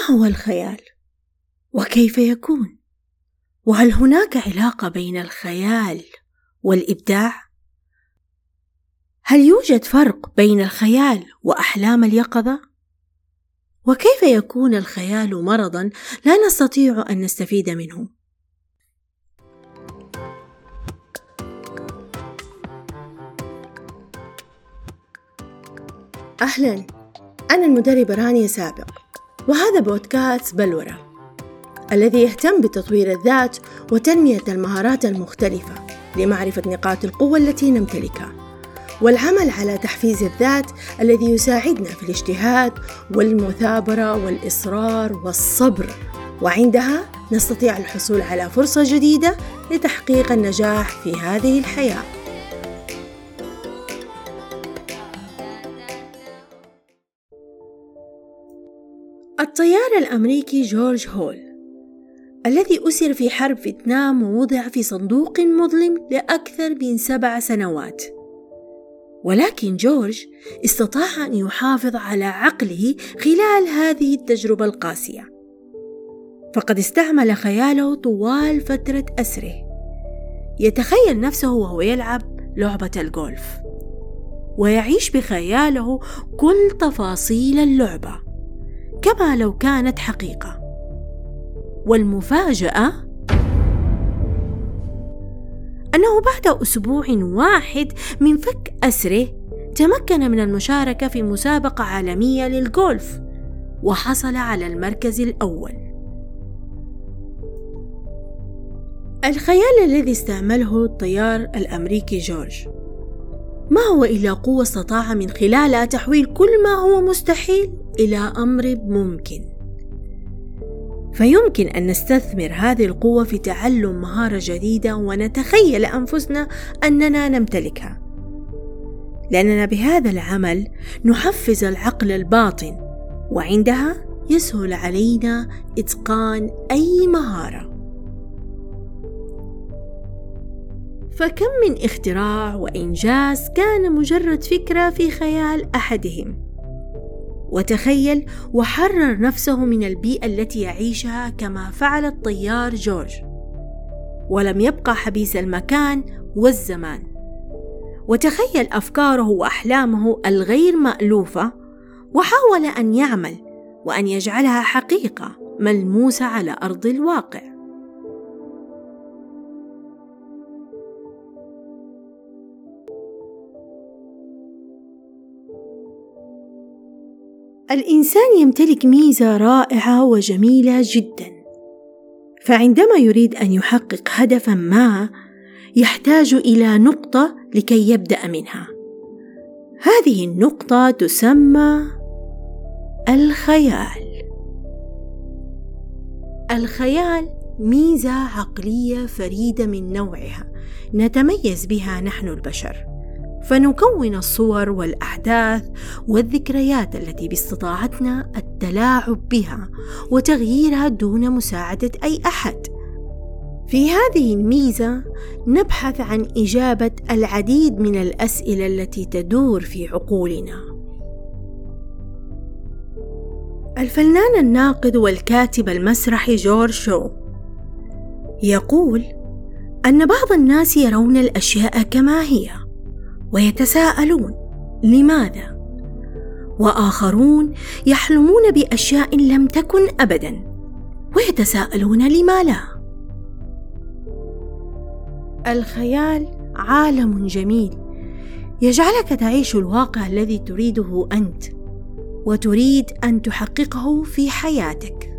هو الخيال؟ وكيف يكون؟ وهل هناك علاقة بين الخيال والإبداع؟ هل يوجد فرق بين الخيال وأحلام اليقظة؟ وكيف يكون الخيال مرضاً لا نستطيع أن نستفيد منه؟ أهلاً، أنا المدربة رانيا سابق، وهذا بودكاست بلورة الذي يهتم بتطوير الذات وتنمية المهارات المختلفة لمعرفة نقاط القوة التي نمتلكها، والعمل على تحفيز الذات الذي يساعدنا في الاجتهاد والمثابرة والإصرار والصبر، وعندها نستطيع الحصول على فرصة جديدة لتحقيق النجاح في هذه الحياة. الطيار الأمريكي جورج هول الذي أسر في حرب فيتنام ووضع في صندوق مظلم لأكثر من 7 سنوات، ولكن جورج استطاع أن يحافظ على عقله خلال هذه التجربة القاسية، فقد استعمل خياله طوال فترة أسره. يتخيل نفسه وهو يلعب لعبة الجولف ويعيش بخياله كل تفاصيل اللعبة كما لو كانت حقيقة. والمفاجأة أنه بعد أسبوع واحد من فك أسره تمكن من المشاركة في مسابقة عالمية للجولف وحصل على المركز الأول. الخيال الذي استعمله الطيار الأمريكي جورج ما هو إلا قوة استطاع من خلالها تحويل كل ما هو مستحيل إلى أمر ممكن. فيمكن أن نستثمر هذه القوة في تعلم مهارة جديدة ونتخيل أنفسنا أننا نمتلكها، لأننا بهذا العمل نحفز العقل الباطن، وعندها يسهل علينا إتقان أي مهارة. فكم من اختراع وإنجاز كان مجرد فكرة في خيال أحدهم، وتخيل وحرر نفسه من البيئة التي يعيشها كما فعل الطيار جورج، ولم يبقى حبيس المكان والزمان، وتخيل أفكاره وأحلامه الغير مألوفة وحاول أن يعمل وأن يجعلها حقيقة ملموسة على أرض الواقع. الإنسان يمتلك ميزة رائعة وجميلة جدا، فعندما يريد أن يحقق هدفا ما يحتاج إلى نقطة لكي يبدأ منها. هذه النقطة تسمى الخيال. الخيال ميزة عقلية فريدة من نوعها نتميز بها نحن البشر، فنكون الصور والأحداث والذكريات التي باستطاعتنا التلاعب بها وتغييرها دون مساعدة أي أحد. في هذه الميزة نبحث عن إجابة العديد من الأسئلة التي تدور في عقولنا. الفنان الناقد والكاتب المسرحي جورج شو يقول أن بعض الناس يرون الأشياء كما هي ويتساءلون لماذا، وآخرون يحلمون بأشياء لم تكن أبدا ويتساءلون لما لا. الخيال عالم جميل يجعلك تعيش الواقع الذي تريده أنت وتريد أن تحققه في حياتك.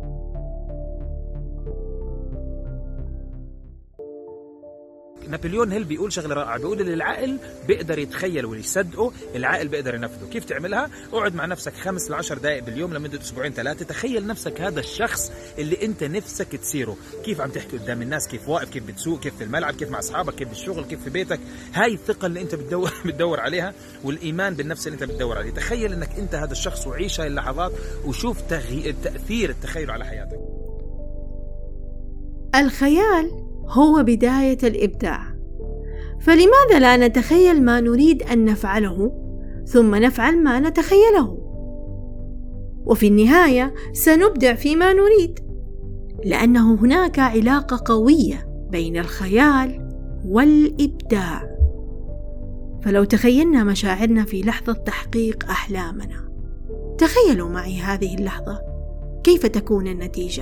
نابليون هيل بيقول شغله رائعه، بيقول ان العقل بيقدر يتخيل ويصدقه، العقل بيقدر ينفذه. كيف تعملها؟ اقعد مع نفسك 5 ل 10 دقائق باليوم لمده 2-3 تخيل نفسك هذا الشخص اللي انت نفسك تصيره، كيف عم تحكي قدام الناس، كيف واقف، كيف بتسوق، كيف في الملعب، كيف مع اصحابك، كيف بالشغل، كيف في بيتك. هاي الثقه اللي انت بتدور عليها، والايمان بالنفس اللي انت بتدور عليه. تخيل انك انت هذا الشخص وعيش هاي اللحظات وشوف تاثير التخيل على حياتك. الخيال هو بداية الإبداع، فلماذا لا نتخيل ما نريد أن نفعله ثم نفعل ما نتخيله؟ وفي النهاية سنبدع فيما نريد، لأنه هناك علاقة قوية بين الخيال والإبداع. فلو تخيلنا مشاعرنا في لحظة تحقيق أحلامنا، تخيلوا معي هذه اللحظة كيف تكون النتيجة.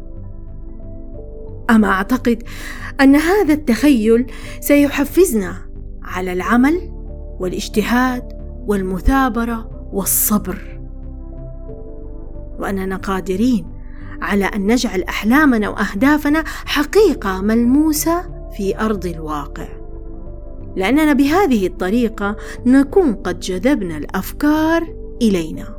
أما أعتقد أن هذا التخيل سيحفزنا على العمل والاجتهاد والمثابرة والصبر، وأننا قادرين على أن نجعل أحلامنا وأهدافنا حقيقة ملموسة في أرض الواقع، لأننا بهذه الطريقة نكون قد جذبنا الأفكار إلينا.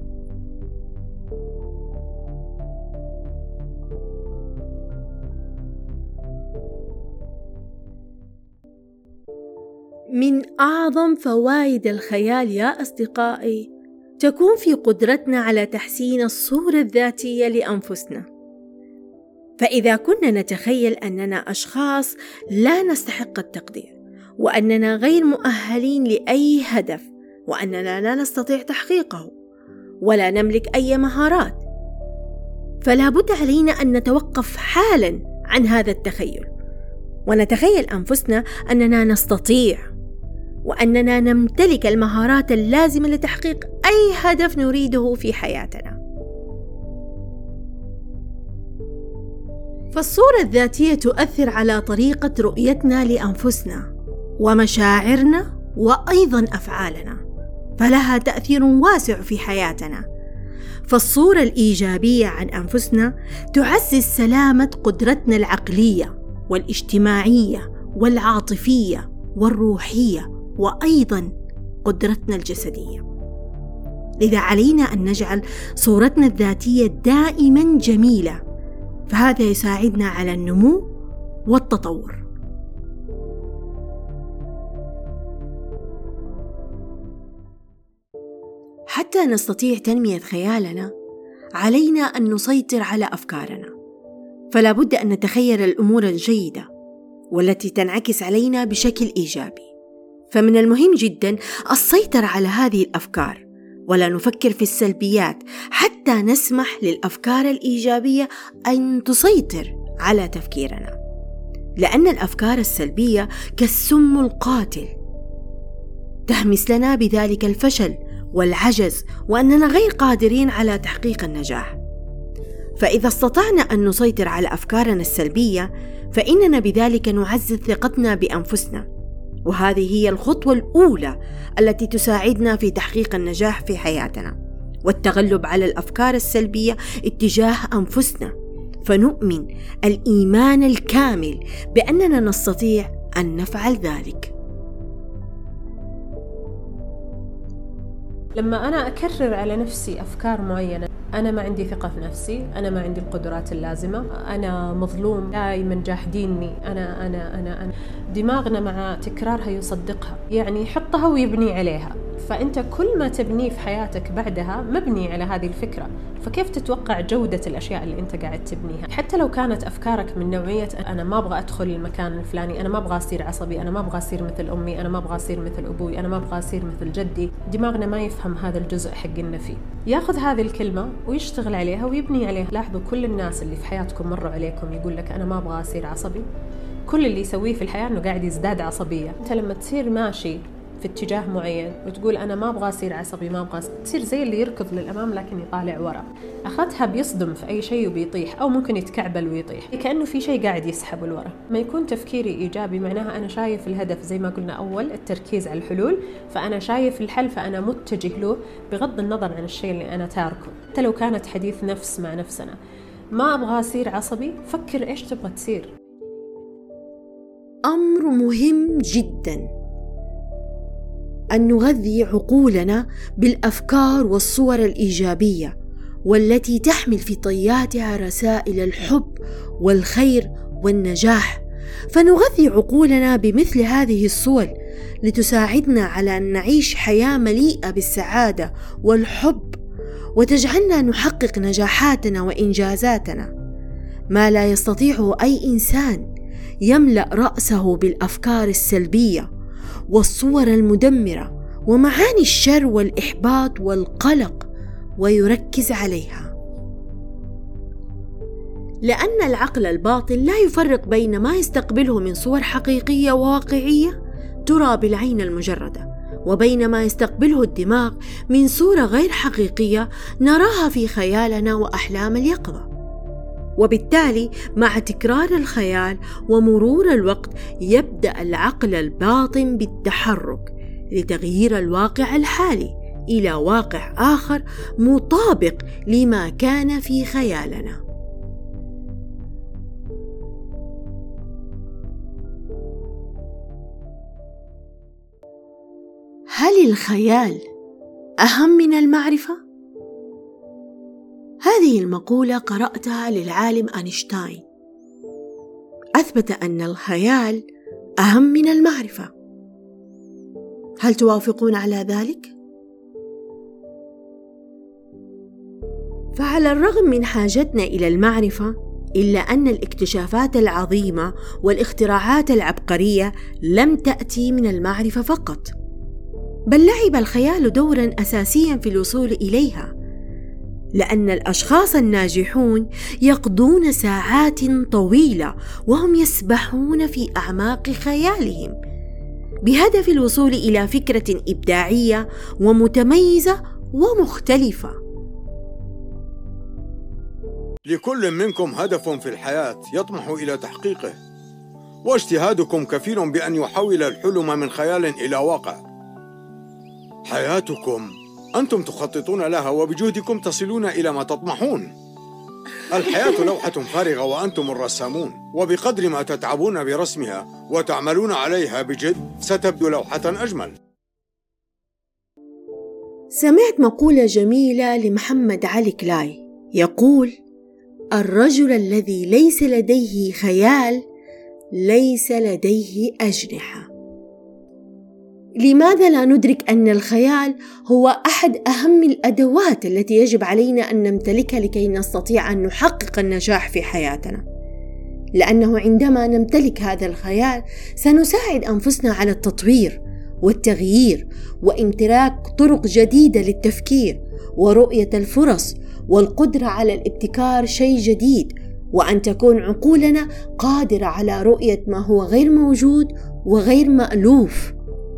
من أعظم فوائد الخيال يا أصدقائي تكون في قدرتنا على تحسين الصورة الذاتية لأنفسنا. فإذا كنا نتخيل أننا أشخاص لا نستحق التقدير، وأننا غير مؤهلين لأي هدف، وأننا لا نستطيع تحقيقه، ولا نملك أي مهارات، فلا بد علينا أن نتوقف حالاً عن هذا التخيل، ونتخيل أنفسنا أننا نستطيع، وأننا نمتلك المهارات اللازمة لتحقيق أي هدف نريده في حياتنا. فالصورة الذاتية تؤثر على طريقة رؤيتنا لأنفسنا ومشاعرنا وأيضاً أفعالنا، فلها تأثير واسع في حياتنا. فالصورة الإيجابية عن أنفسنا تعزز سلامة قدرتنا العقلية والاجتماعية والعاطفية والروحية، وأيضاً قدرتنا الجسدية. لذا علينا أن نجعل صورتنا الذاتية دائماً جميلة، فهذا يساعدنا على النمو والتطور. حتى نستطيع تنمية خيالنا، علينا أن نسيطر على أفكارنا، فلا بد أن نتخيل الأمور الجيدة والتي تنعكس علينا بشكل إيجابي. فمن المهم جدا السيطرة على هذه الأفكار، ولا نفكر في السلبيات، حتى نسمح للأفكار الإيجابية أن تسيطر على تفكيرنا، لأن الأفكار السلبية كالسم القاتل، تهمس لنا بذلك الفشل والعجز، وأننا غير قادرين على تحقيق النجاح. فإذا استطعنا أن نسيطر على أفكارنا السلبية، فإننا بذلك نعزز ثقتنا بأنفسنا، وهذه هي الخطوة الأولى التي تساعدنا في تحقيق النجاح في حياتنا والتغلب على الأفكار السلبية اتجاه أنفسنا. فنؤمن الإيمان الكامل بأننا نستطيع أن نفعل ذلك. لما أنا أكرر على نفسي أفكار معينة، أنا ما عندي ثقة في نفسي، أنا ما عندي القدرات اللازمة، أنا مظلوم، دائما جاحديني، أنا دماغنا مع تكرارها يصدقها، يعني يحطها ويبني عليها. فأنت كل ما تبنيه في حياتك بعدها مبني على هذه الفكرة، فكيف تتوقع جودة الأشياء اللي أنت قاعد تبنيها؟ حتى لو كانت أفكارك من نوعية أنا ما أبغى أدخل المكان الفلاني، أنا ما أبغى أصير عصبي، أنا ما أبغى أصير مثل أمي، أنا ما أبغى أصير مثل أبوي، أنا ما أبغى أصير مثل جدي، دماغنا ما يفهم هذا الجزء حقنا فيه. ياخذ هذه الكلمة ويشتغل عليها ويبني عليها. لاحظوا كل الناس اللي في حياتكم مروا عليكم يقول لك أنا ما أبغى أصير عصبي، كل اللي يسويه في الحياة أنه قاعد يزداد عصبية. أنت لما تصير ماشي في اتجاه معين وتقول أنا ما أبغى أصير عصبي، ما أبغى، تصير زي اللي يركض للأمام لكن يطالع ورا. أخذتها بيصدم في أي شيء وبيطيح، أو ممكن يتكعبل ويطيح، كأنه في شيء قاعد يسحب لورا. ما يكون تفكيري إيجابي معناها أنا شايف الهدف، زي ما قلنا أول التركيز على الحلول، فأنا شايف الحل فأنا متجه له بغض النظر عن الشيء اللي أنا تاركه. حتى لو كانت حديث نفس مع نفسنا، ما أبغى أصير عصبي، فكر إيش تبغى تصير. أمر مهم جداً أن نغذي عقولنا بالأفكار والصور الإيجابية، والتي تحمل في طياتها رسائل الحب والخير والنجاح. فنغذي عقولنا بمثل هذه الصور لتساعدنا على أن نعيش حياة مليئة بالسعادة والحب، وتجعلنا نحقق نجاحاتنا وإنجازاتنا. ما لا يستطيعه أي إنسان يملأ رأسه بالأفكار السلبية والصور المدمرة ومعاني الشر والإحباط والقلق ويركز عليها. لأن العقل الباطن لا يفرق بين ما يستقبله من صور حقيقية وواقعية ترى بالعين المجردة، وبين ما يستقبله الدماغ من صورة غير حقيقية نراها في خيالنا وأحلام اليقظة. وبالتالي مع تكرار الخيال ومرور الوقت يبدأ العقل الباطن بالتحرك لتغيير الواقع الحالي إلى واقع آخر مطابق لما كان في خيالنا. هل الخيال أهم من المعرفة؟ هذه المقولة قرأتها للعالم أينشتاين، أثبت أن الخيال أهم من المعرفة. هل توافقون على ذلك؟ فعلى الرغم من حاجتنا إلى المعرفة، إلا أن الاكتشافات العظيمة والاختراعات العبقرية لم تأتي من المعرفة فقط، بل لعب الخيال دورا أساسيا في الوصول إليها، لأن الأشخاص الناجحون يقضون ساعات طويلة وهم يسبحون في أعماق خيالهم بهدف الوصول إلى فكرة إبداعية ومتميزة ومختلفة. لكل منكم هدف في الحياة يطمح إلى تحقيقه، واجتهادكم كفيل بأن يحول الحلم من خيال إلى واقع. حياتكم أنتم تخططون لها، وبجهدكم تصلون إلى ما تطمحون. الحياة لوحة فارغة وأنتم الرسامون، وبقدر ما تتعبون برسمها وتعملون عليها بجد ستبدو لوحة أجمل. سمعت مقولة جميلة لمحمد علي كلاي يقول: الرجل الذي ليس لديه خيال ليس لديه أجنحة. لماذا لا ندرك أن الخيال هو أحد أهم الأدوات التي يجب علينا أن نمتلكها لكي نستطيع أن نحقق النجاح في حياتنا؟ لأنه عندما نمتلك هذا الخيال سنساعد أنفسنا على التطوير والتغيير وامتلاك طرق جديدة للتفكير ورؤية الفرص والقدرة على الابتكار شيء جديد، وأن تكون عقولنا قادرة على رؤية ما هو غير موجود وغير مألوف.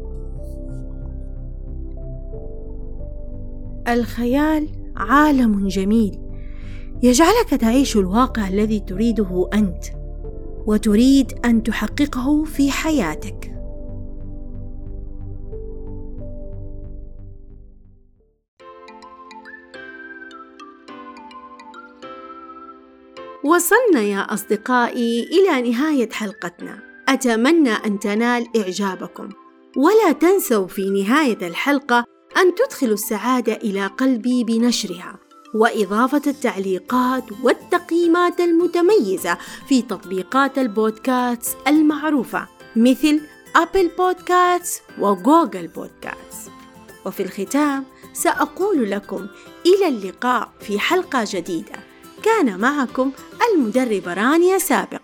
الخيال عالم جميل يجعلك تعيش الواقع الذي تريده أنت وتريد أن تحققه في حياتك. وصلنا يا أصدقائي إلى نهاية حلقتنا، أتمنى أن تنال إعجابكم، ولا تنسوا في نهاية الحلقة أن تدخلوا السعادة إلى قلبي بنشرها وإضافة التعليقات والتقييمات المتميزة في تطبيقات البودكاست المعروفة مثل أبل بودكاست وجوجل بودكاست. وفي الختام سأقول لكم إلى اللقاء في حلقة جديدة. كان معكم المدربة رانيا سابق.